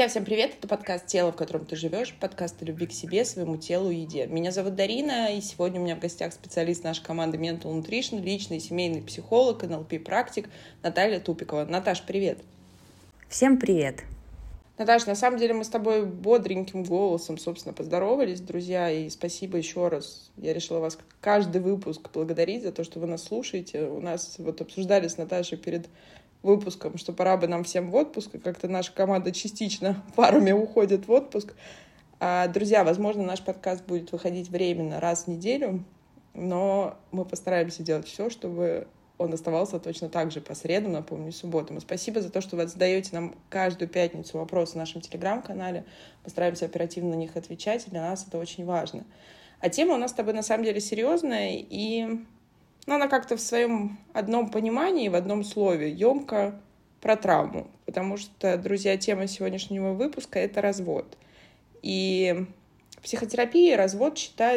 Друзья, всем привет! Это подкаст «Тело, в котором ты живешь», подкаст о любви к себе, своему телу и еде. Меня зовут Дарина, и сегодня у меня в гостях специалист нашей команды Mental Nutrition, личный семейный психолог, НЛП-практик Наталья Тупикова. Наташ, привет! Всем привет! Наташ, на самом деле мы с тобой бодреньким голосом, собственно, поздоровались, друзья, и спасибо еще раз. Я решила вас каждый выпуск благодарить за то, что вы нас слушаете. У нас обсуждали с Наташей перед выпуском, что пора бы нам всем в отпуск, и как-то наша команда частично парами уходит в отпуск. Друзья, возможно, наш подкаст будет выходить временно раз в неделю, но мы постараемся делать все, чтобы он оставался точно так же по средам, напомню, и субботам. И спасибо за то, что вы задаете нам каждую пятницу вопросы в нашем телеграм-канале. Постараемся оперативно на них отвечать, и для нас это очень важно. А тема у нас с тобой на самом деле серьезная, и она как-то в своем одном понимании, в одном слове, емко про травму. Потому что, друзья, тема сегодняшнего выпуска — это развод. И в психотерапии развод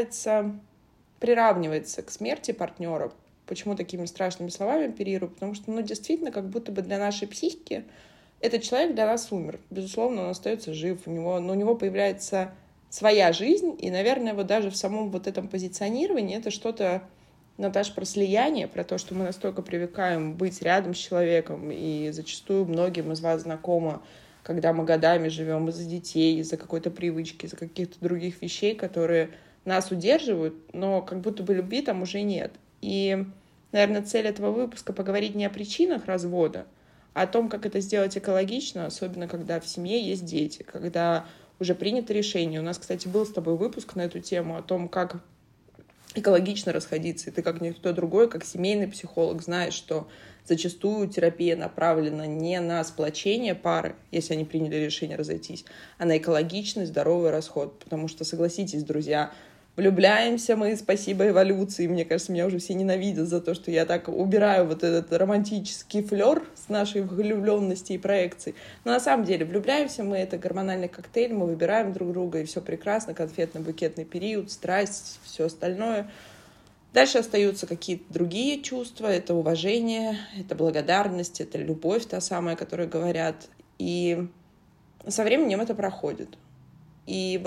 приравнивается к смерти партнера. Почему такими страшными словами оперирую? Потому что, действительно, как будто бы для нашей психики этот человек для нас умер. Безусловно, он остается жив, но у него появляется своя жизнь, и, наверное, даже в самом этом позиционировании это что-то, Наташа, про слияние, про то, что мы настолько привыкаем быть рядом с человеком, и зачастую многим из вас знакомо, когда мы годами живем из-за детей, из-за какой-то привычки, из-за каких-то других вещей, которые нас удерживают, но как будто бы любви там уже нет. И, наверное, цель этого выпуска — поговорить не о причинах развода, а о том, как это сделать экологично, особенно когда в семье есть дети, когда уже принято решение. У нас, кстати, был с тобой выпуск на эту тему о том, как экологично расходиться. И ты, как никто другой, как семейный психолог, знаешь, что зачастую терапия направлена не на сплочение пары, если они приняли решение разойтись, а на экологичный, здоровый расход. Потому что, согласитесь, друзья, влюбляемся мы, спасибо эволюции. Мне кажется, меня уже все ненавидят за то, что я так убираю этот романтический флер с нашей влюбленности и проекций. Но на самом деле влюбляемся мы, это гормональный коктейль, мы выбираем друг друга, и все прекрасно, конфетно-букетный период, страсть, все остальное. Дальше остаются какие-то другие чувства, это уважение, это благодарность, это любовь та самая, о которой говорят. И со временем это проходит. И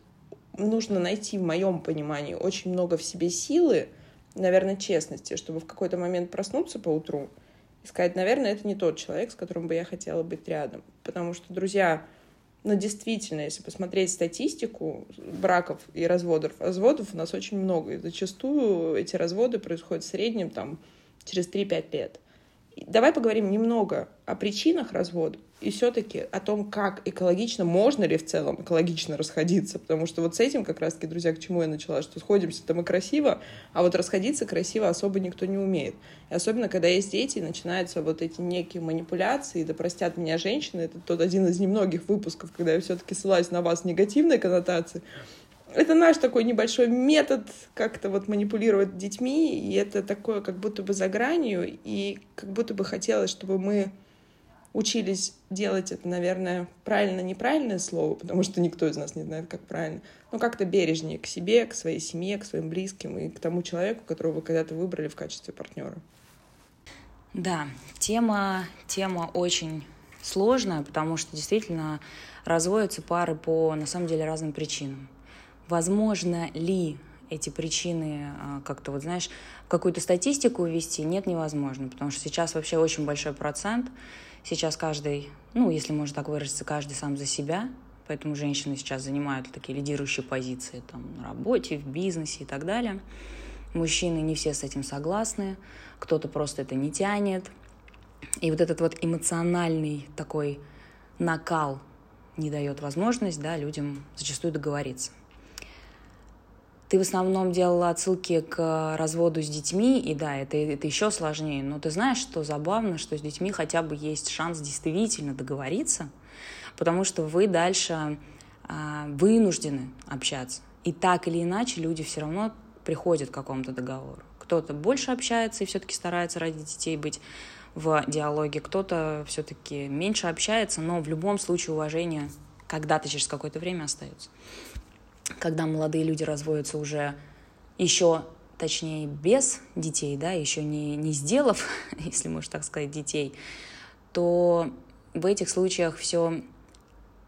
нужно найти, в моем понимании, очень много в себе силы, наверное, честности, чтобы в какой-то момент проснуться поутру и сказать, наверное, это не тот человек, с которым бы я хотела быть рядом. Потому что, друзья, действительно, если посмотреть статистику браков и разводов у нас очень много. И зачастую эти разводы происходят в среднем через 3-5 лет. И давай поговорим немного о причинах развода и все-таки о том, как экологично, можно ли в целом экологично расходиться. Потому что с этим как раз-таки, друзья, к чему я начала, что сходимся-то мы красиво, а расходиться красиво особо никто не умеет. И особенно, когда есть дети, начинаются эти некие манипуляции, да простят меня женщины, это тот один из немногих выпусков, когда я все-таки ссылаюсь на вас в негативной коннотации. Это наш такой небольшой метод как-то манипулировать детьми, и это такое как будто бы за гранью, и как будто бы хотелось, чтобы мы учились делать это, наверное, правильно-неправильное слово, потому что никто из нас не знает, как правильно, но как-то бережнее к себе, к своей семье, к своим близким и к тому человеку, которого вы когда-то выбрали в качестве партнера. Да, тема очень сложная, потому что действительно разводятся пары по, на самом деле, разным причинам. Возможно ли эти причины как-то, какую-то статистику ввести? Нет, невозможно, потому что сейчас вообще очень большой процент. Сейчас каждый, если можно так выразиться, каждый сам за себя, поэтому женщины сейчас занимают такие лидирующие позиции на работе, в бизнесе и так далее. Мужчины не все с этим согласны, кто-то просто это не тянет. И этот эмоциональный такой накал не дает возможность, людям зачастую договориться. Ты в основном делала отсылки к разводу с детьми, и да, это еще сложнее. Но ты знаешь, что забавно, что с детьми хотя бы есть шанс действительно договориться, потому что вы дальше вынуждены общаться. И так или иначе люди все равно приходят к какому-то договору. Кто-то больше общается и все-таки старается ради детей быть в диалоге, кто-то все-таки меньше общается, но в любом случае уважение когда-то через какое-то время остается. Когда молодые люди разводятся уже еще, точнее, без детей, еще не сделав, если можно так сказать, детей, то в этих случаях все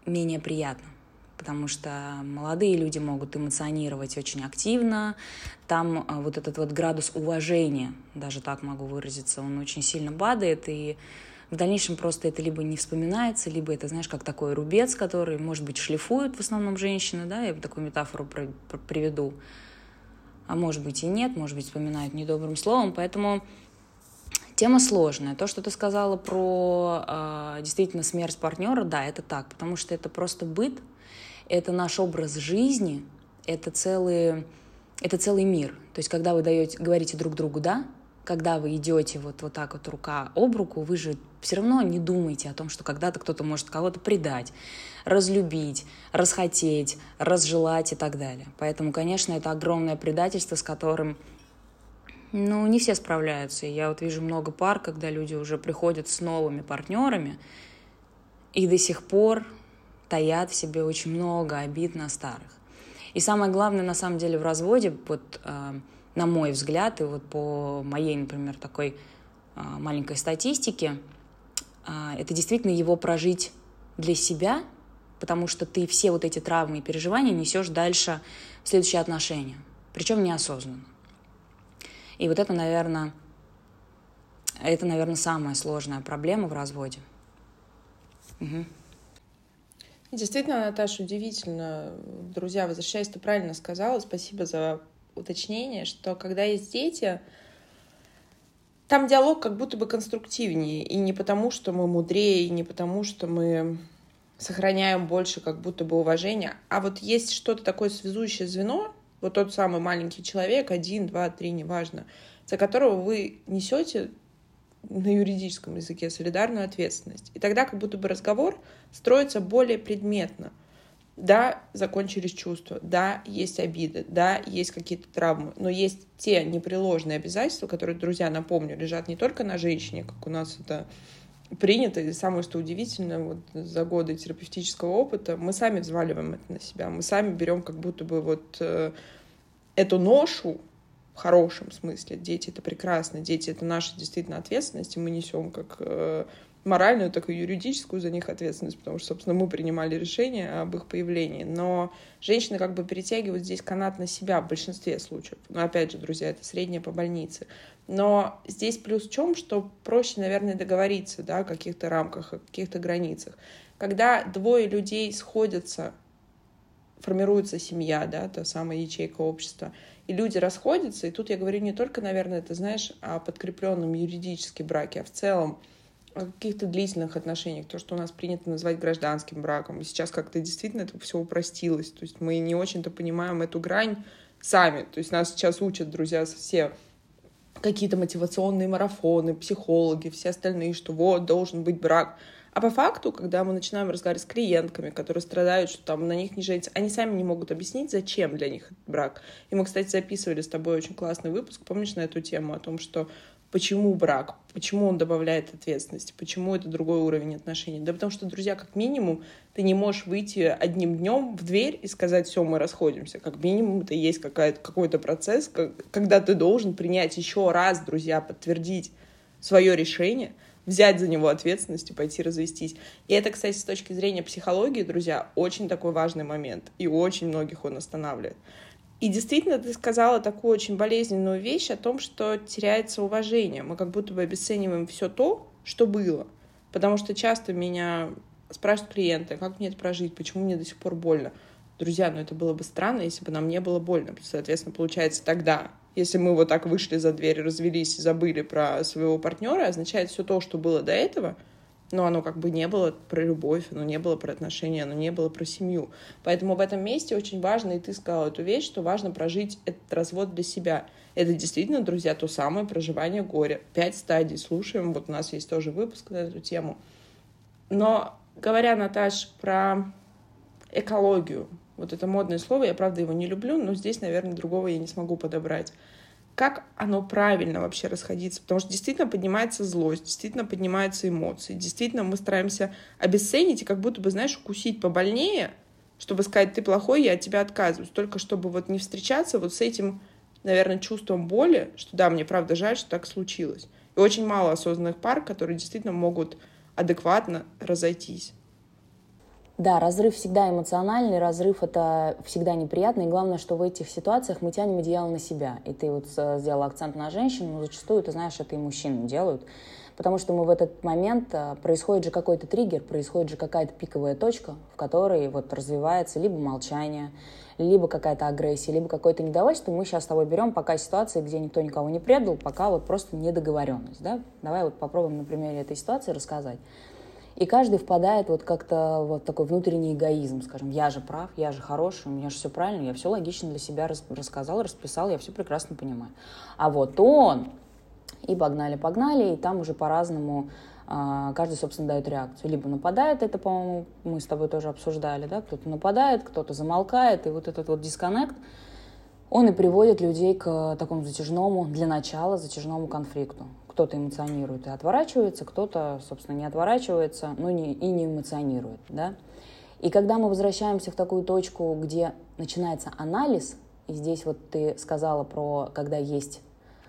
менее приятно, потому что молодые люди могут эмоционировать очень активно, там вот этот вот градус уважения, даже так могу выразиться, он очень сильно падает, и в дальнейшем просто это либо не вспоминается, либо это, знаешь, как такой рубец, который, может быть, шлифуют в основном женщины, да, я такую метафору приведу, а может быть и нет, может быть, вспоминают недобрым словом, поэтому тема сложная. То, что ты сказала про действительно смерть партнера, да, это так, потому что это просто быт, это наш образ жизни, это целый мир. То есть, когда вы говорите друг другу «да», когда вы идете вот так вот рука об руку, вы же все равно не думаете о том, что когда-то кто-то может кого-то предать, разлюбить, расхотеть, разжелать и так далее. Поэтому, конечно, это огромное предательство, с которым, не все справляются. И я вот вижу много пар, когда люди уже приходят с новыми партнерами и до сих пор таят в себе очень много обид на старых. И самое главное, на самом деле, в разводе, вот, на мой взгляд, и вот по моей, например, такой маленькой статистике, это действительно его прожить для себя, потому что ты все вот эти травмы и переживания несешь дальше в следующие отношения, причем неосознанно. И вот это, наверное, самая сложная проблема в разводе. Угу. Действительно, Наташа, удивительно. Друзья, возвращаясь, ты правильно сказала, спасибо за уточнение, что когда есть дети, там диалог как будто бы конструктивнее, и не потому, что мы мудрее, и не потому, что мы сохраняем больше как будто бы уважения, а вот есть что-то такое связующее звено, вот тот самый маленький человек, 1, 2, 3, неважно, за которого вы несете на юридическом языке солидарную ответственность. И тогда как будто бы разговор строится более предметно. Да, закончились чувства, да, есть обиды, да, есть какие-то травмы, но есть те непреложные обязательства, которые, друзья, напомню, лежат не только на женщине, как у нас это принято, и самое, что удивительно, вот за годы терапевтического опыта мы сами взваливаем это на себя, мы сами берем как будто бы вот эту ношу, в хорошем смысле. Дети — это прекрасно, дети — это наша действительно ответственность, и мы несем как моральную, так и юридическую за них ответственность, потому что, собственно, мы принимали решение об их появлении. Но женщины как бы перетягивают здесь канат на себя в большинстве случаев. Но, опять же, друзья, это среднее по больнице. Но здесь плюс в чем, что проще, наверное, договориться, да, о каких-то рамках, о каких-то границах. Когда двое людей сходятся, формируется семья, да, та самая ячейка общества, и люди расходятся, и тут я говорю не только, наверное, ты знаешь, о подкрепленном юридически браке, а в целом о каких-то длительных отношениях, то, что у нас принято называть гражданским браком. И сейчас как-то действительно это все упростилось. То есть мы не очень-то понимаем эту грань сами. То есть нас сейчас учат, друзья, все какие-то мотивационные марафоны, психологи, все остальные, что вот, должен быть брак. А по факту, когда мы начинаем разговаривать с клиентками, которые страдают, что там на них не женятся, они сами не могут объяснить, зачем для них этот брак. И мы, кстати, записывали с тобой очень классный выпуск, помнишь, на эту тему, о том, что почему брак, почему он добавляет ответственности, почему это другой уровень отношений. Да потому что, друзья, как минимум, ты не можешь выйти одним днем в дверь и сказать: все, мы расходимся. Как минимум, это есть какой-то процесс, когда ты должен принять еще раз, друзья, подтвердить свое решение, взять за него ответственность и пойти развестись. И это, кстати, с точки зрения психологии, друзья, очень такой важный момент. И очень многих он останавливает. И действительно, ты сказала такую очень болезненную вещь о том, что теряется уважение. Мы как будто бы обесцениваем все то, что было. Потому что часто меня спрашивают клиенты: как мне это прожить, почему мне до сих пор больно. Друзья, это было бы странно, если бы нам не было больно. Соответственно, получается, тогда, если мы вот так вышли за дверь, развелись и забыли про своего партнера, означает, все то, что было до этого, но оно как бы не было про любовь, оно не было про отношения, оно не было про семью. Поэтому в этом месте очень важно, и ты сказала эту вещь, что важно прожить этот развод для себя. Это действительно, друзья, то самое проживание горя. 5 стадий слушаем, вот у нас есть тоже выпуск на эту тему. Но говоря, Наташ, про экологию, вот это модное слово, я, правда, его не люблю, но здесь, наверное, другого я не смогу подобрать. Как оно правильно вообще расходиться? Потому что действительно поднимается злость, действительно поднимаются эмоции, действительно мы стараемся обесценить и как будто бы, знаешь, укусить побольнее, чтобы сказать: ты плохой, я от тебя отказываюсь. Только чтобы вот не встречаться вот с этим, наверное, чувством боли, что да, мне правда жаль, что так случилось. И очень мало осознанных пар, которые действительно могут адекватно разойтись. Да, разрыв всегда эмоциональный, разрыв это всегда неприятно, и главное, что в этих ситуациях мы тянем одеяло на себя. И ты вот сделал акцент на женщин, но зачастую, ты знаешь, это и мужчины делают, потому что мы в этот момент, происходит же какой-то триггер, происходит же какая-то пиковая точка, в которой вот развивается либо молчание, либо какая-то агрессия, либо какое-то недовольство. Мы сейчас с тобой берем пока ситуации, где никто никого не предал, пока вот просто недоговоренность, да? Давай вот попробуем на примере этой ситуации рассказать. И каждый впадает вот как-то в такой внутренний эгоизм, скажем, я же прав, я же хороший, у меня же все правильно, я все логично для себя рассказал, расписал, я все прекрасно понимаю. А вот он, и погнали, и там уже по-разному каждый, собственно, дает реакцию. Либо нападает, это, по-моему, мы с тобой тоже обсуждали, да, кто-то нападает, кто-то замолкает, и вот этот вот дисконнект, он и приводит людей к такому затяжному, для начала, затяжному конфликту. Кто-то эмоционирует и отворачивается, кто-то, собственно, не отворачивается, но и не эмоционирует, да. И когда мы возвращаемся в такую точку, где начинается анализ, и здесь вот ты сказала про, когда есть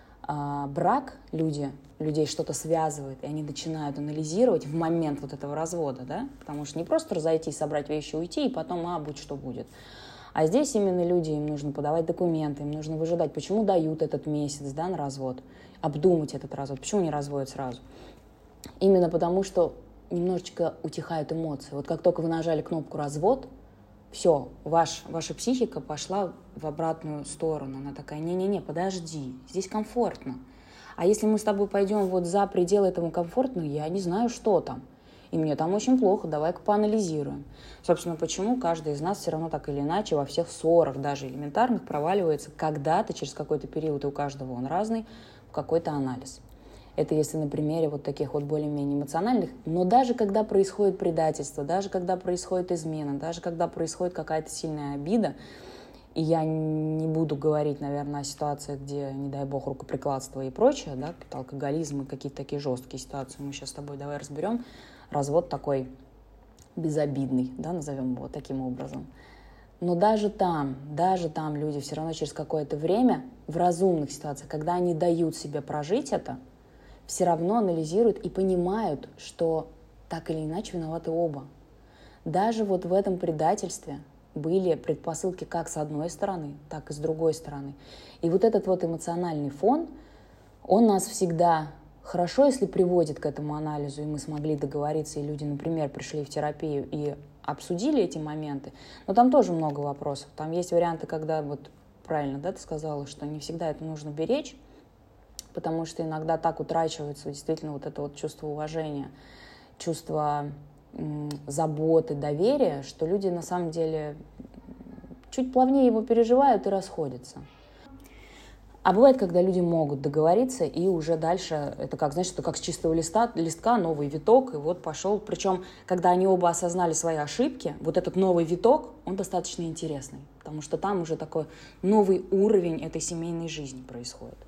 брак, людей что-то связывает, и они начинают анализировать в момент вот этого развода, да, потому что не просто разойтись, собрать вещи, уйти, и потом, будь что будет. А здесь именно люди, им нужно подавать документы, им нужно выжидать, почему дают этот месяц, да, на развод, обдумать этот развод, почему не разводят сразу. Именно потому, что немножечко утихают эмоции. Вот как только вы нажали кнопку «развод», все, ваша психика пошла в обратную сторону. Она такая, не-не-не, подожди, здесь комфортно. А если мы с тобой пойдем вот за пределы этому комфортно, я не знаю, что там. И мне там очень плохо, давай-ка поанализируем. Собственно, почему каждый из нас все равно так или иначе во всех ссорах, даже элементарных, проваливается когда-то, через какой-то период, и у каждого он разный, в какой-то анализ. Это если на примере вот таких вот более-менее эмоциональных. Но даже когда происходит предательство, даже когда происходит измена, даже когда происходит какая-то сильная обида, и я не буду говорить, наверное, о ситуациях, где, не дай бог, рукоприкладство и прочее, да, алкоголизм и какие-то такие жесткие ситуации, мы сейчас с тобой давай разберем. Развод такой безобидный, да, назовем его таким образом. Но даже там люди все равно через какое-то время в разумных ситуациях, когда они дают себе прожить это, все равно анализируют и понимают, что так или иначе виноваты оба. Даже вот в этом предательстве были предпосылки как с одной стороны, так и с другой стороны. И вот этот вот эмоциональный фон, он нас всегда хорошо, если приводит к этому анализу, и мы смогли договориться, и люди, например, пришли в терапию и обсудили эти моменты. Но там тоже много вопросов. Там есть варианты, когда, вот правильно, да, ты сказала, что не всегда это нужно беречь, потому что иногда так утрачивается действительно вот это вот чувство уважения, чувство заботы, доверия, что люди на самом деле чуть плавнее его переживают и расходятся. А бывает, когда люди могут договориться, и уже дальше, это как, знаешь, это как с чистого листка новый виток, и вот пошел. Причем, когда они оба осознали свои ошибки, вот этот новый виток, он достаточно интересный, потому что там уже такой новый уровень этой семейной жизни происходит.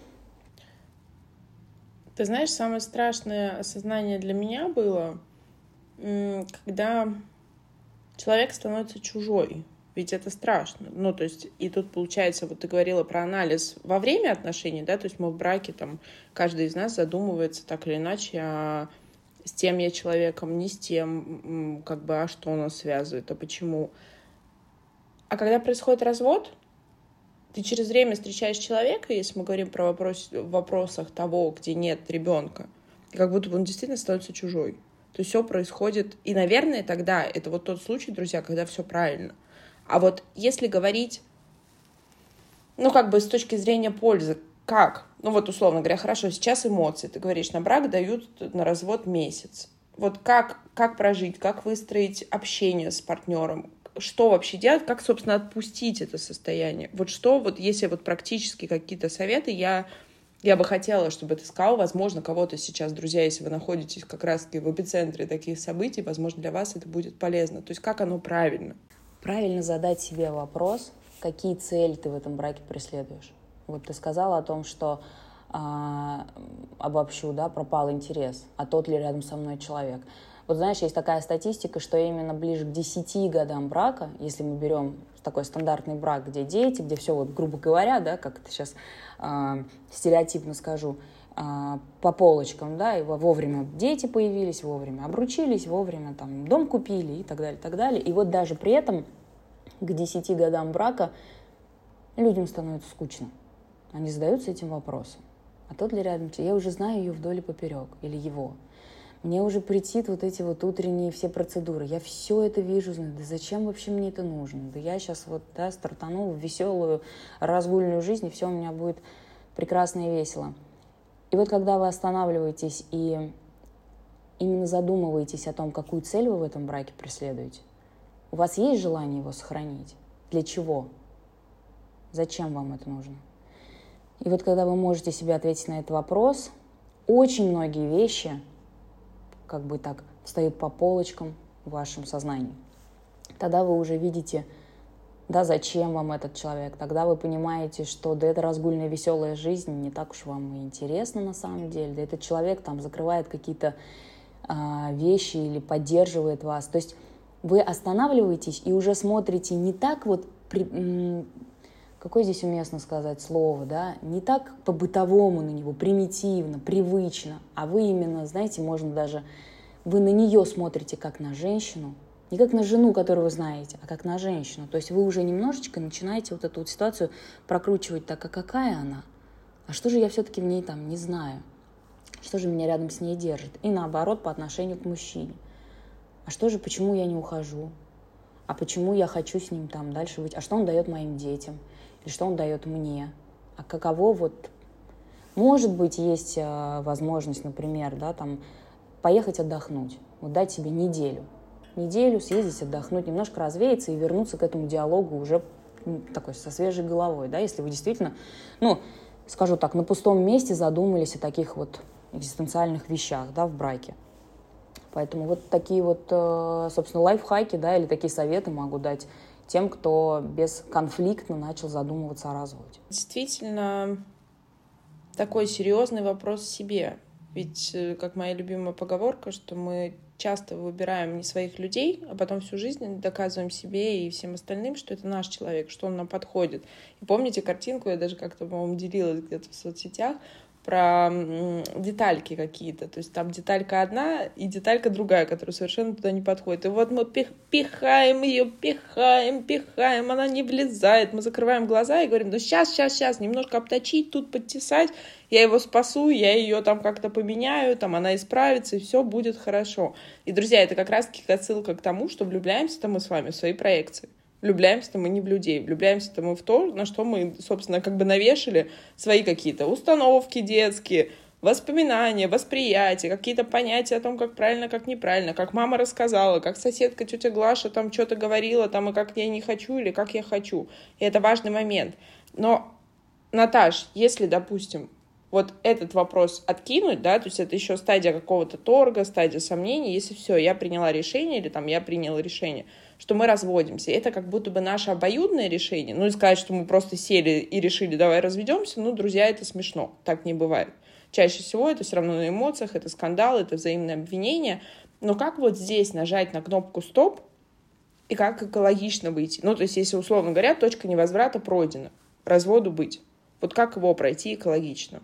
Ты знаешь, самое страшное осознание для меня было, когда человек становится чужой. Ведь это страшно. Ну, то есть, и тут получается, вот ты говорила про анализ во время отношений, да, то есть мы в браке, там, каждый из нас задумывается так или иначе, с тем я человеком, не с тем, как бы, а что нас связывает, а почему. А когда происходит развод, ты через время встречаешь человека, если мы говорим про вопросах того, где нет ребенка, как будто бы он действительно становится чужой. То есть все происходит, и, наверное, тогда это вот тот случай, друзья, когда все правильно. А вот если говорить, ну, как бы с точки зрения пользы, как? Ну, вот, условно говоря, хорошо, сейчас эмоции. Ты говоришь, на брак дают на развод месяц. Вот как прожить, как выстроить общение с партнером, что вообще делать, как, собственно, отпустить это состояние? Вот что, вот если вот практически какие-то советы, я бы хотела, чтобы ты сказал, возможно, кого-то сейчас, друзья, если вы находитесь как раз-таки в эпицентре таких событий, возможно, для вас это будет полезно. То есть как оно правильно? Правильно задать себе вопрос, какие цели ты в этом браке преследуешь. Вот ты сказала о том, что обобщу, да, пропал интерес, а тот ли рядом со мной человек. Вот знаешь, есть такая статистика, что именно ближе к 10 годам брака, если мы берем такой стандартный брак, где дети, где все, вот, грубо говоря, да, как это сейчас стереотипно скажу, по полочкам, да, и вовремя дети появились, вовремя обручились, вовремя там дом купили и так далее, так далее. И вот даже при этом к 10 годам брака людям становится скучно. Они задаются этим вопросом. А тот ли рядом? Я уже знаю ее вдоль и поперек, или его. Мне уже претит вот эти вот утренние все процедуры. Я все это вижу, знаю. Да зачем вообще мне это нужно? Да я сейчас вот, да, стартану в веселую, разгульную жизнь, и все у меня будет прекрасно и весело. И вот когда вы останавливаетесь и именно задумываетесь о том, какую цель вы в этом браке преследуете, у вас есть желание его сохранить? Для чего? Зачем вам это нужно? И вот когда вы можете себе ответить на этот вопрос, очень многие вещи как бы так встают по полочкам в вашем сознании. Тогда вы уже видите, да, зачем вам этот человек. Тогда вы понимаете, что да, эта разгульная веселая жизнь не так уж вам и интересна на самом деле. Да, этот человек там закрывает какие-то вещи или поддерживает вас. То есть вы останавливаетесь и уже смотрите не так вот, какое здесь уместно сказать слово, да, не так по-бытовому на него, примитивно, привычно, а вы именно, знаете, можно даже, вы на нее смотрите как на женщину, не как на жену, которую вы знаете, а как на женщину. То есть вы уже немножечко начинаете вот эту вот ситуацию прокручивать так, а какая она? А что же я все-таки в ней там не знаю? Что же меня рядом с ней держит? И наоборот, по отношению к мужчине. А что же, почему я не ухожу? А почему я хочу с ним там дальше быть? А что он дает моим детям? Или что он дает мне? А каково вот... Может быть, есть возможность, например, да, там, поехать отдохнуть, вот дать себе неделю съездить, отдохнуть, немножко развеяться и вернуться к этому диалогу уже такой со свежей головой, да, если вы действительно, ну, скажу так, на пустом месте задумались о таких вот экзистенциальных вещах, да, в браке. Поэтому вот такие вот, собственно, лайфхаки, да, или такие советы могу дать тем, кто бесконфликтно начал задумываться о разводе. Действительно, такой серьезный вопрос себе. Ведь, как моя любимая поговорка, что мы часто выбираем не своих людей, а потом всю жизнь доказываем себе и всем остальным, что это наш человек, что он нам подходит. И помните картинку, я даже как-то, по-моему, делилась где-то в соцсетях, про детальки какие-то. То есть там деталька одна и деталька другая, которая совершенно туда не подходит. И вот мы пихаем ее, пихаем, она не влезает. Мы закрываем глаза и говорим, ну сейчас, немножко обточить, тут подтесать, я его спасу, я ее там как-то поменяю, там она исправится, и все будет хорошо. И, друзья, это как раз-таки отсылка к тому, что влюбляемся-то мы с вами в свои проекции. Влюбляемся-то мы не в людей, влюбляемся-то мы в то, на что мы, собственно, как бы навешали свои какие-то установки детские, воспоминания, восприятия, какие-то понятия о том, как правильно, как неправильно, как мама рассказала, как соседка, тетя Глаша там что-то говорила, там, и как я не хочу или как я хочу. И это важный момент. Но, Наташ, если, допустим, вот этот вопрос откинуть, да, то есть это еще стадия какого-то торга, стадия сомнений, если все, я приняла решение или там я приняла решение, что мы разводимся, это как будто бы наше обоюдное решение, ну и сказать, что мы просто сели и решили, давай разведемся, ну, друзья, это смешно, так не бывает. Чаще всего это все равно на эмоциях, это скандал, это взаимное обвинение, но как вот здесь нажать на кнопку «стоп» и как экологично выйти? Ну, то есть, если, условно говоря, точка невозврата пройдена, разводу быть, вот как его пройти экологично?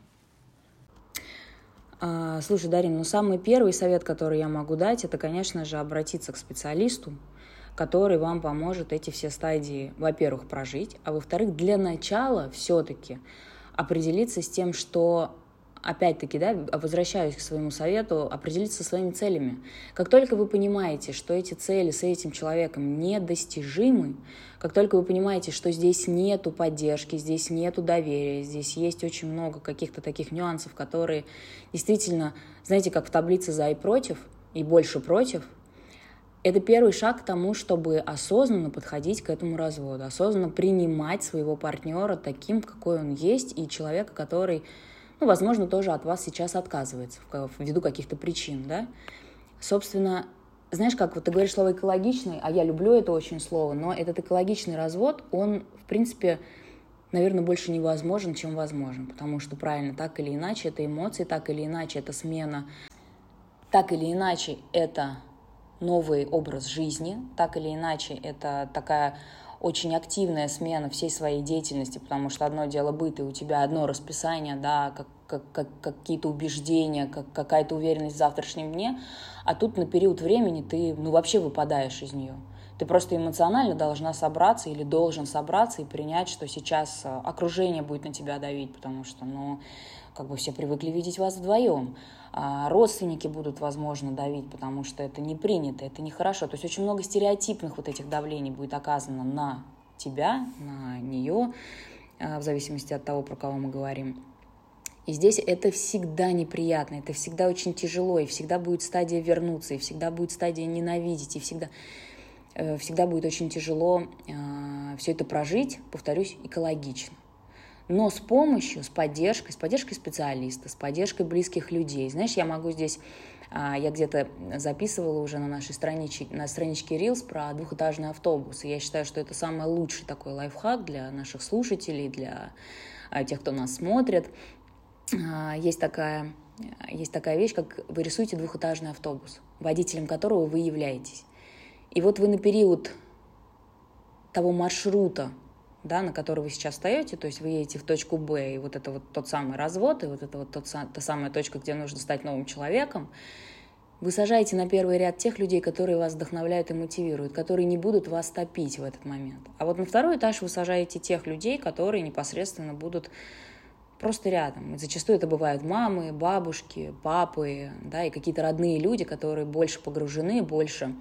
Слушай, Дарин, ну самый первый совет, который я могу дать, это, конечно же, обратиться к специалисту, который вам поможет эти все стадии, во-первых, прожить, а во-вторых, для начала все-таки определиться с тем, что, опять-таки, да, возвращаюсь к своему совету, определиться со своими целями. Как только вы понимаете, что эти цели с этим человеком недостижимы, как только вы понимаете, что здесь нету поддержки, здесь нету доверия, здесь есть очень много каких-то таких нюансов, которые действительно, знаете, как в таблице «за» и «против», и больше «против», это первый шаг к тому, чтобы осознанно подходить к этому разводу, осознанно принимать своего партнера таким, какой он есть, и человека, который, ну, возможно, тоже от вас сейчас отказывается ввиду каких-то причин, да. Собственно, знаешь, как вот ты говоришь слово «экологичный», а я люблю это очень слово, но этот экологичный развод, он, в принципе, наверное, больше невозможен, чем возможен, потому что, правильно, так или иначе, это эмоции, так или иначе, это смена, так или иначе, это новый образ жизни, так или иначе, это такая очень активная смена всей своей деятельности, потому что одно дело быт, и у тебя одно расписание, да, какие-то убеждения, какая-то уверенность в завтрашнем дне, а тут на период времени ты вообще выпадаешь из нее. Ты просто эмоционально должна собраться или должен собраться и принять, что сейчас окружение будет на тебя давить, потому что, все привыкли видеть вас вдвоем. А родственники будут, возможно, давить, потому что это не принято, это нехорошо. То есть очень много стереотипных вот этих давлений будет оказано на тебя, на нее, в зависимости от того, про кого мы говорим. И здесь это всегда неприятно, это всегда очень тяжело, и всегда будет стадия вернуться, и всегда будет стадия ненавидеть, и всегда будет очень тяжело все это прожить, повторюсь, экологично. Но с поддержкой специалиста, с поддержкой близких людей. Знаешь, я могу здесь, я где-то записывала уже на нашей страничке Reels про двухэтажный автобус. И я считаю, что это самый лучший такой лайфхак для наших слушателей, для тех, кто нас смотрит. Есть такая вещь, как вы рисуете двухэтажный автобус, водителем которого вы являетесь. И вот вы на период того маршрута, да, на который вы сейчас встаете, то есть вы едете в точку Б, и вот это вот тот самый развод, и вот это вот та самая точка, где нужно стать новым человеком, вы сажаете на первый ряд тех людей, которые вас вдохновляют и мотивируют, которые не будут вас топить в этот момент. А вот на второй этаж вы сажаете тех людей, которые непосредственно будут просто рядом. И зачастую это бывают мамы, бабушки, папы, да, и какие-то родные люди, которые больше погружены, больше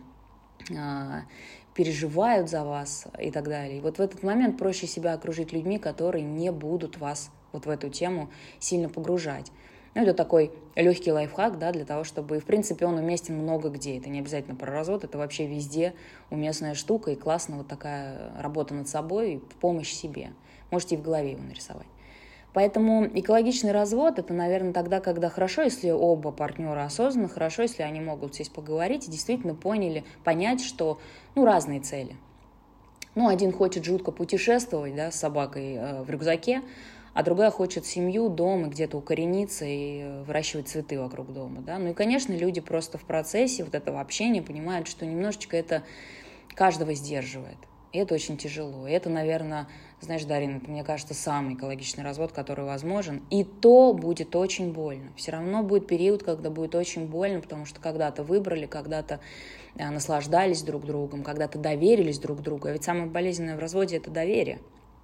переживают за вас и так далее. И вот в этот момент проще себя окружить людьми, которые не будут вас вот в эту тему сильно погружать. Это такой легкий лайфхак, да, для того, чтобы, в принципе, он уместен много где. Это не обязательно про развод, это вообще везде уместная штука, и классно вот такая работа над собой, помощь себе. Можете и в голове его нарисовать. Поэтому экологичный развод – это, наверное, тогда, когда хорошо, если оба партнера осознанно, хорошо, если они могут сесть поговорить и действительно понять, что разные цели. Один хочет жутко путешествовать, да, с собакой в рюкзаке, а другая хочет семью, дом и где-то укорениться и выращивать цветы вокруг дома. Да? И, конечно, люди просто в процессе вот этого общения понимают, что немножечко это каждого сдерживает. И это очень тяжело. И это, наверное, знаешь, Дарина, это, мне кажется, самый экологичный развод, который возможен. И то будет очень больно. Все равно будет период, когда будет очень больно, потому что когда-то выбрали, когда-то наслаждались друг другом, когда-то доверились друг другу. А ведь самое болезненное в разводе – это доверие.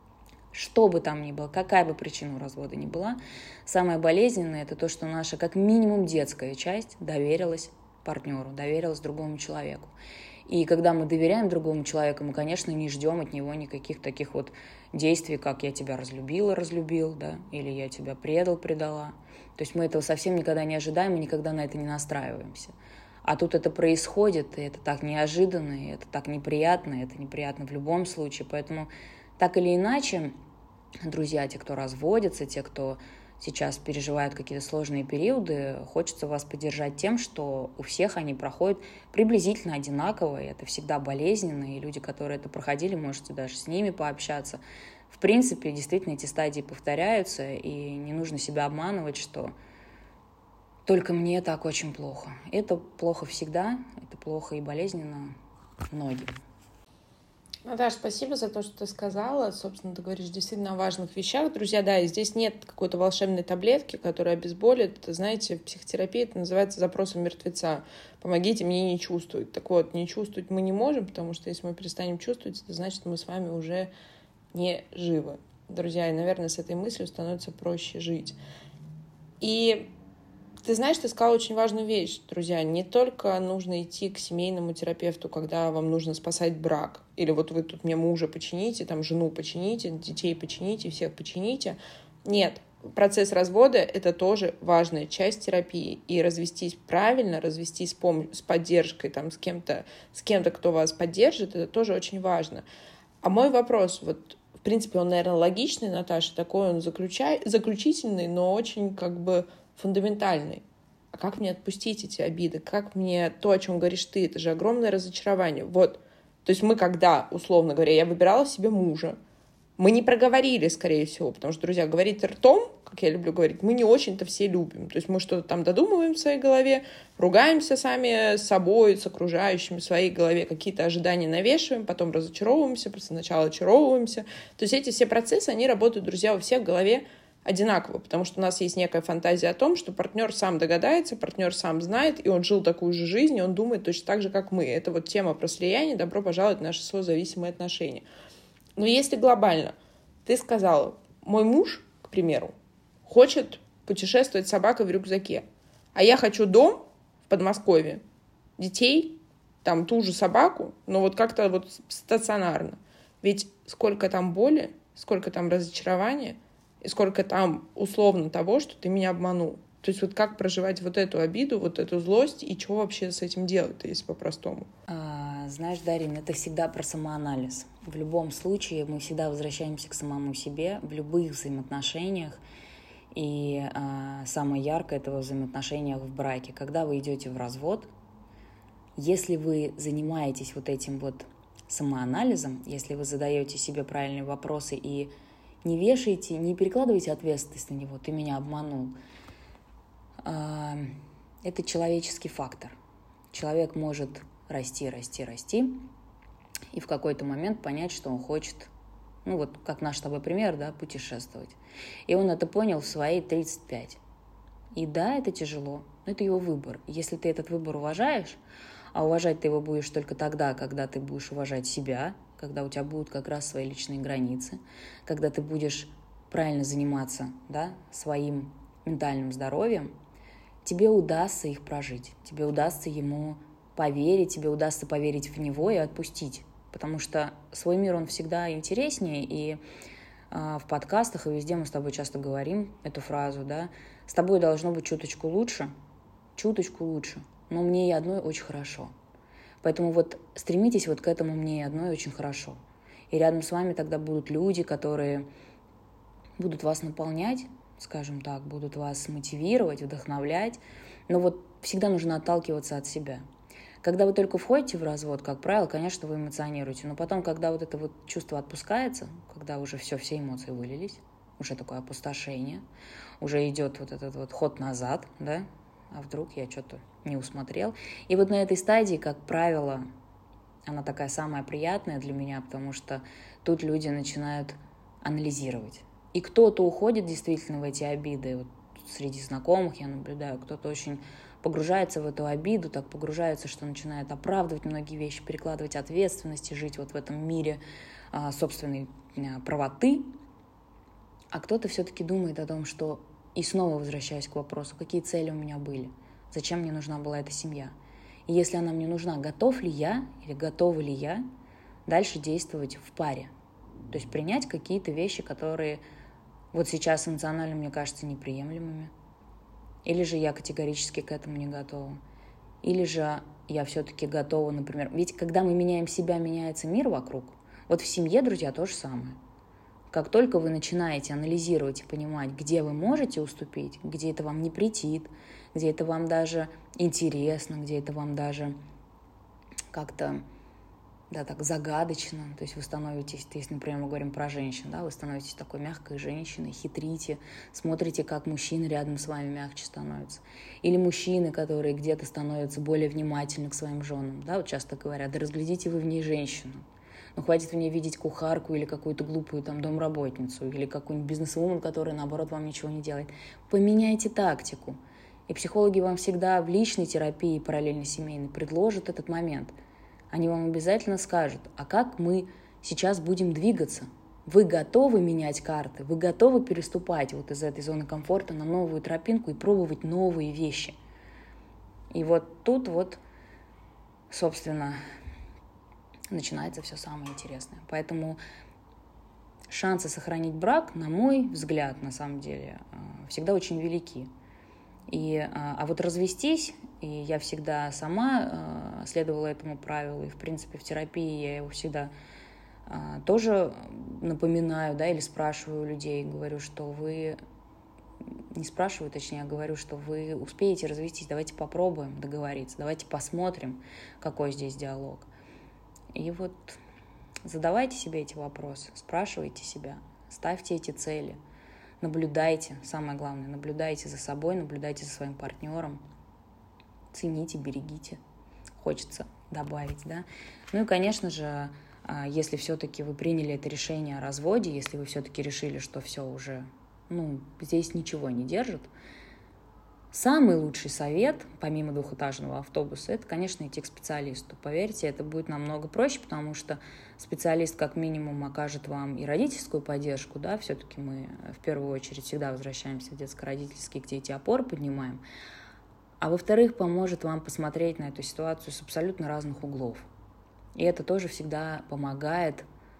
Что бы там ни было, какая бы причина у развода ни была, самое болезненное – это то, что наша, как минимум, детская часть доверилась партнеру, доверилась другому человеку. И когда мы доверяем другому человеку, мы, конечно, не ждем от него никаких таких вот действий, как «я тебя разлюбил», да, или «я тебя предала». То есть мы этого совсем никогда не ожидаем и никогда на это не настраиваемся. А тут это происходит, и это так неожиданно, и это так неприятно, и это неприятно в любом случае. Поэтому так или иначе, друзья, те, кто разводятся, те, кто сейчас переживают какие-то сложные периоды, хочется вас поддержать тем, что у всех они проходят приблизительно одинаково, и это всегда болезненно, и люди, которые это проходили, можете даже с ними пообщаться. В принципе, действительно, эти стадии повторяются, и не нужно себя обманывать, что только мне так очень плохо. Это плохо всегда, это плохо и болезненно многим. Наташ, спасибо за то, что ты сказала. Собственно, ты говоришь действительно о важных вещах. Друзья, да, и здесь нет какой-то волшебной таблетки, которая обезболит. Знаете, в психотерапии это называется запросом мертвеца. Помогите мне не чувствовать. Так вот, не чувствовать мы не можем, потому что если мы перестанем чувствовать, это значит, мы с вами уже не живы. Друзья, и, наверное, с этой мыслью становится проще жить. И ты знаешь, ты сказала очень важную вещь, друзья. Не только нужно идти к семейному терапевту, когда вам нужно спасать брак. Или вот вы тут мне мужа почините, там жену почините, детей почините, всех почините. Нет, процесс развода — это тоже важная часть терапии. И развестись правильно, развестись с поддержкой, там, с кем-то, кто вас поддержит, это тоже очень важно. А мой вопрос, вот, в принципе, он, наверное, логичный, Наташа, такой он заключительный, но очень фундаментальный. А как мне отпустить эти обиды? Как мне то, о чем говоришь ты? Это же огромное разочарование. Вот. То есть мы когда, условно говоря, я выбирала себе мужа, Мы не проговорили, скорее всего, потому что, друзья, говорить ртом, как я люблю говорить, мы не очень-то все любим. То есть мы что-то там додумываем в своей голове, ругаемся сами с собой, с окружающими в своей голове, какие-то ожидания навешиваем, потом разочаровываемся, сначала очаровываемся. То есть эти все процессы, они работают, друзья, у всех в голове одинаково, потому что у нас есть некая фантазия о том, что партнер сам догадается, партнер сам знает, и он жил такую же жизнь, и он думает точно так же, как мы. Это вот тема про слияние, добро пожаловать в наши созависимые отношения. Но если глобально, ты сказала, мой муж, к примеру, хочет путешествовать с собакой в рюкзаке, а я хочу дом в Подмосковье, детей, там ту же собаку, но вот как-то вот стационарно. Ведь сколько там боли, сколько там разочарования, и сколько там условно того, что ты меня обманул. То есть вот как проживать вот эту обиду, вот эту злость, и что вообще с этим делать-то, если по-простому? Знаешь, Дарин, это всегда про самоанализ. В любом случае мы всегда возвращаемся к самому себе в любых взаимоотношениях. И самое яркое это во взаимоотношениях в браке. Когда вы идете в развод, если вы занимаетесь вот этим вот самоанализом, если вы задаете себе правильные вопросы и не вешаете, не перекладываете ответственность на него, ты меня обманул, это человеческий фактор. Человек может расти, и в какой-то момент понять, что он хочет, ну вот как наш с тобой пример, да, путешествовать. И он это понял в свои 35. И да, это тяжело, но это его выбор. Если ты этот выбор уважаешь, а уважать ты его будешь только тогда, когда ты будешь уважать себя, когда у тебя будут как раз свои личные границы, когда ты будешь правильно заниматься, да, своим ментальным здоровьем, тебе удастся их прожить, тебе удастся ему поверить, тебе удастся поверить в него и отпустить. Потому что свой мир, он всегда интереснее, и в подкастах и везде мы с тобой часто говорим эту фразу, да, с тобой должно быть чуточку лучше, но мне и одной очень хорошо. Поэтому вот стремитесь вот к этому мне и одной очень хорошо. И рядом с вами тогда будут люди, которые будут вас наполнять, скажем так, будут вас мотивировать, вдохновлять, но вот всегда нужно отталкиваться от себя. Когда вы только входите в развод, как правило, конечно, вы эмоционируете, но потом, когда вот это вот чувство отпускается, когда уже все эмоции вылились, уже такое опустошение, уже идет вот этот вот ход назад, да, а вдруг я что-то не усмотрел. И вот на этой стадии, как правило, она такая самая приятная для меня, потому что тут люди начинают анализировать. И кто-то уходит действительно в эти обиды. Вот среди знакомых я наблюдаю, кто-то очень погружается в эту обиду, так погружается, что начинает оправдывать многие вещи, перекладывать ответственность и жить вот в этом мире собственной правоты. А кто-то все-таки думает о том, что... И снова возвращаюсь к вопросу, какие цели у меня были, зачем мне нужна была эта семья. И если она мне нужна, готов ли я или готова ли я дальше действовать в паре. То есть принять какие-то вещи, которые вот сейчас эмоционально мне кажутся неприемлемыми. Или же я категорически к этому не готова. Или же я все-таки готова, например... Ведь когда мы меняем себя, меняется мир вокруг. Вот в семье, друзья, то же самое. Как только вы начинаете анализировать и понимать, где вы можете уступить, где это вам не претит, где это вам даже интересно, где это вам даже как-то, да, так загадочно, то есть вы становитесь, если, например, мы говорим про женщин, да, вы становитесь такой мягкой женщиной, хитрите, смотрите, как мужчины рядом с вами мягче становятся. Или мужчины, которые где-то становятся более внимательны к своим женам, да, вот часто говорят, да разглядите вы в ней женщину. Ну, хватит в ней видеть кухарку или какую-то глупую там домработницу, или какую-нибудь бизнес-вумен, которая, наоборот, вам ничего не делает. Поменяйте тактику. И психологи вам всегда в личной терапии, параллельно семейной, предложат этот момент. Они вам обязательно скажут, а как мы сейчас будем двигаться? Вы готовы менять карты? Вы готовы переступать вот из этой зоны комфорта на новую тропинку и пробовать новые вещи? И вот тут вот, собственно, начинается все самое интересное. Поэтому шансы сохранить брак, на мой взгляд, на самом деле, всегда очень велики. А вот развестись, и я всегда сама следовала этому правилу, и, в принципе, в терапии я его всегда тоже напоминаю, да, или спрашиваю у людей, говорю, что вы... Не спрашиваю, точнее, я говорю, что вы успеете развестись, давайте попробуем договориться, давайте посмотрим, какой здесь диалог. И вот Задавайте себе эти вопросы, спрашивайте себя, ставьте эти цели, наблюдайте, самое главное, наблюдайте за собой, наблюдайте за своим партнером, цените, берегите, хочется добавить, да. Ну и, конечно же, если все-таки вы приняли это решение о разводе, если вы все-таки решили, что все уже, здесь ничего не держит, самый лучший совет, помимо двухэтажного автобуса, это, конечно, идти к специалисту. Поверьте, это будет намного проще, потому что специалист как минимум окажет вам и родительскую поддержку, да, все-таки мы в первую очередь всегда возвращаемся в детско-родительский, где эти опоры поднимаем, а во-вторых, поможет вам посмотреть на эту ситуацию с абсолютно разных углов. И это тоже всегда помогает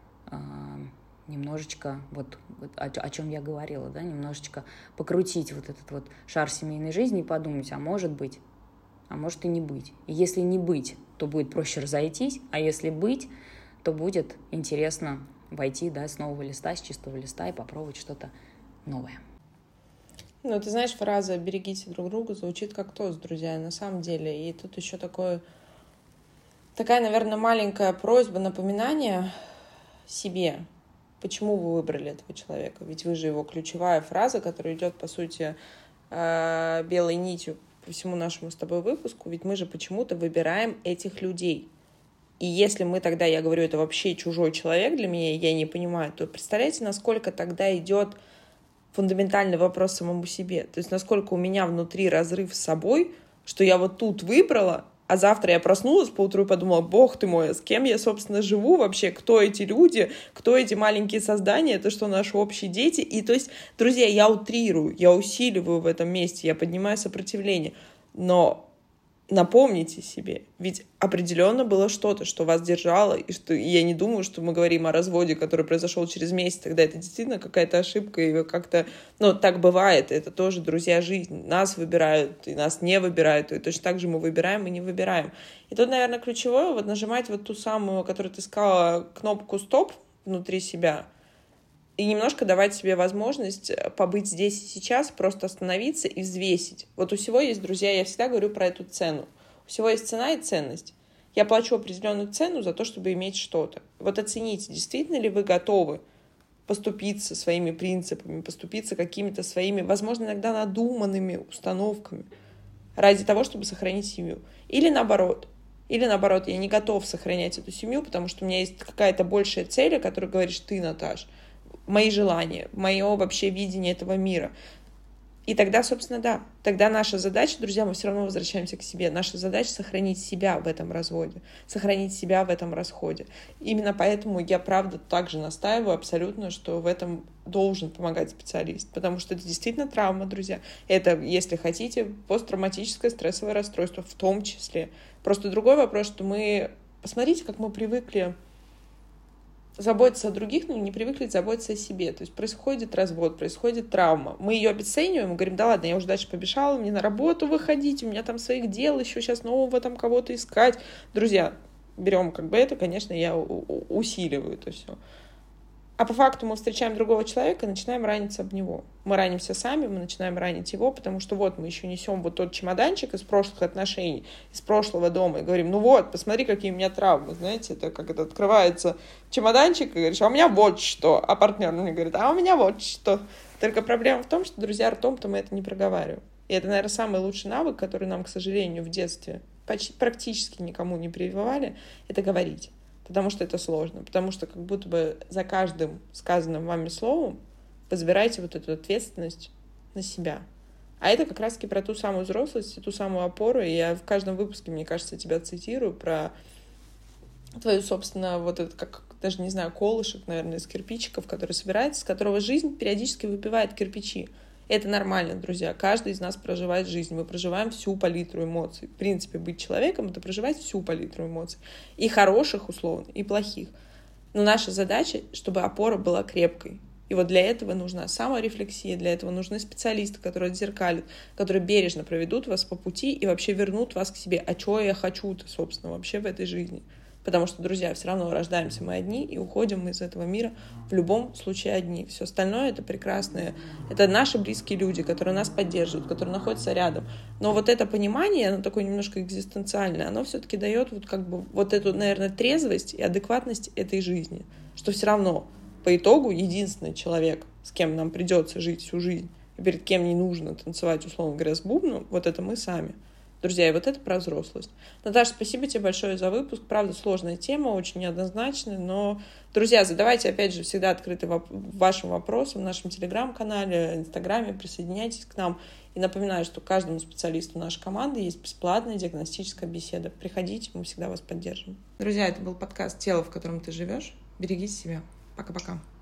немножечко, вот о чем я говорила, да, немножечко покрутить вот этот вот шар семейной жизни и подумать, а может быть, а может и не быть. И если не быть, то будет проще разойтись, а если быть, то будет интересно войти, да, с нового листа, с чистого листа и попробовать что-то новое. Ну, ты знаешь, фраза «берегите друг друга» звучит как тост, друзья, на самом деле. И тут еще такая, наверное, маленькая просьба, напоминание себе, почему вы выбрали этого человека. Ведь вы же его ключевая фраза, которая идет, по сути, белой нитью по всему нашему с тобой выпуску. Ведь мы же почему-то выбираем этих людей. И если мы тогда, я говорю, это вообще чужой человек для меня, я не понимаю, то представляете, насколько тогда идет фундаментальный вопрос самому себе. То есть насколько у меня внутри разрыв с собой, что я вот тут выбрала, а завтра я проснулась поутру и подумала, бог ты мой, с кем я, собственно, живу вообще, кто эти люди, кто эти маленькие создания, это что, наши общие дети. И то есть, друзья, я утрирую, я усиливаю в этом месте, я поднимаю сопротивление, но напомните себе, ведь определенно было что-то, что вас держало, и что и я не думаю, что мы говорим о разводе, который произошел через месяц, тогда это действительно какая-то ошибка, и как-то, так бывает, это тоже, друзья, жизнь, нас выбирают, и нас не выбирают, и точно так же мы выбираем и не выбираем. И тут, наверное, ключевое, вот нажимать вот ту самую, которую ты сказала, кнопку «стоп» внутри себя, и немножко давать себе возможность побыть здесь и сейчас, просто остановиться и взвесить. Вот у всего есть, друзья, я всегда говорю про эту цену. У всего есть цена и ценность. Я плачу определенную цену за то, чтобы иметь что-то. Вот оцените, действительно ли вы готовы поступиться своими принципами, поступиться какими-то своими, возможно, иногда надуманными установками ради того, чтобы сохранить семью. Или наоборот, я не готов сохранять эту семью, потому что у меня есть какая-то большая цель, о которой говоришь ты, Наташ, мои желания, мое вообще видение этого мира. И тогда, собственно, да, тогда наша задача, друзья, мы все равно возвращаемся к себе. Наша задача — сохранить себя в этом разводе, сохранить себя в этом расходе. Именно поэтому я, правда, также настаиваю абсолютно, что в этом должен помогать специалист, потому что это действительно травма, друзья. Это, если хотите, посттравматическое стрессовое расстройство в том числе. Просто другой вопрос, что посмотрите, как мы привыкли заботиться о других, но не привыкли заботиться о себе. То есть происходит развод, происходит травма. Мы ее обесцениваем и говорим, да ладно, я уже дальше побежала, мне на работу выходить, у меня там своих дел, еще сейчас нового там кого-то искать. Друзья, берем это, конечно, я усиливаю это все. А по факту мы встречаем другого человека и начинаем раниться об него. Мы ранимся сами, мы начинаем ранить его, потому что вот мы еще несем вот тот чемоданчик из прошлых отношений, из прошлого дома, и говорим, посмотри, какие у меня травмы, знаете, это как это открывается чемоданчик, и говоришь, а у меня вот что, а партнер мне говорит, а у меня вот что. Только проблема в том, что, друзья, ртом-то мы это не проговариваем. И это, наверное, самый лучший навык, который нам, к сожалению, в детстве практически никому не прививали, это говорить. Потому что это сложно, потому что как будто бы за каждым сказанным вами словом вы забираете вот эту ответственность на себя. А это как раз-таки про ту самую взрослость и ту самую опору. И я в каждом выпуске, мне кажется, тебя цитирую про твою, собственно, вот это, как, даже не знаю, колышек, наверное, из кирпичиков, который собирается, с которого жизнь периодически выпивает кирпичи. Это нормально, друзья. Каждый из нас проживает жизнь. Мы проживаем всю палитру эмоций. В принципе, быть человеком — это проживать всю палитру эмоций. И хороших, условно, и плохих. Но наша задача, чтобы опора была крепкой. И вот для этого нужна саморефлексия, для этого нужны специалисты, которые отзеркалят, которые бережно проведут вас по пути и вообще вернут вас к себе. А чего я хочу-то, собственно, вообще в этой жизни? Потому что, друзья, все равно рождаемся мы одни и уходим мы из этого мира в любом случае одни. Все остальное — это прекрасное. Это наши близкие люди, которые нас поддерживают, которые находятся рядом. Но вот это понимание, оно такое немножко экзистенциальное, оно все-таки дает вот как бы вот эту, наверное, трезвость и адекватность этой жизни. Что все равно по итогу единственный человек, с кем нам придется жить всю жизнь, и перед кем не нужно танцевать, условно говоря, с бубном, вот это мы сами. Друзья, и вот это про взрослость. Наташа, спасибо тебе большое за выпуск. Правда, сложная тема, очень неоднозначная, но, друзья, задавайте, опять же, всегда открыты вашим вопросам в нашем телеграм-канале, инстаграме, присоединяйтесь к нам. И напоминаю, что каждому специалисту нашей команды есть бесплатная диагностическая беседа. Приходите, мы всегда вас поддержим. Друзья, это был подкаст «Тело, в котором ты живешь». Берегите себя. Пока-пока.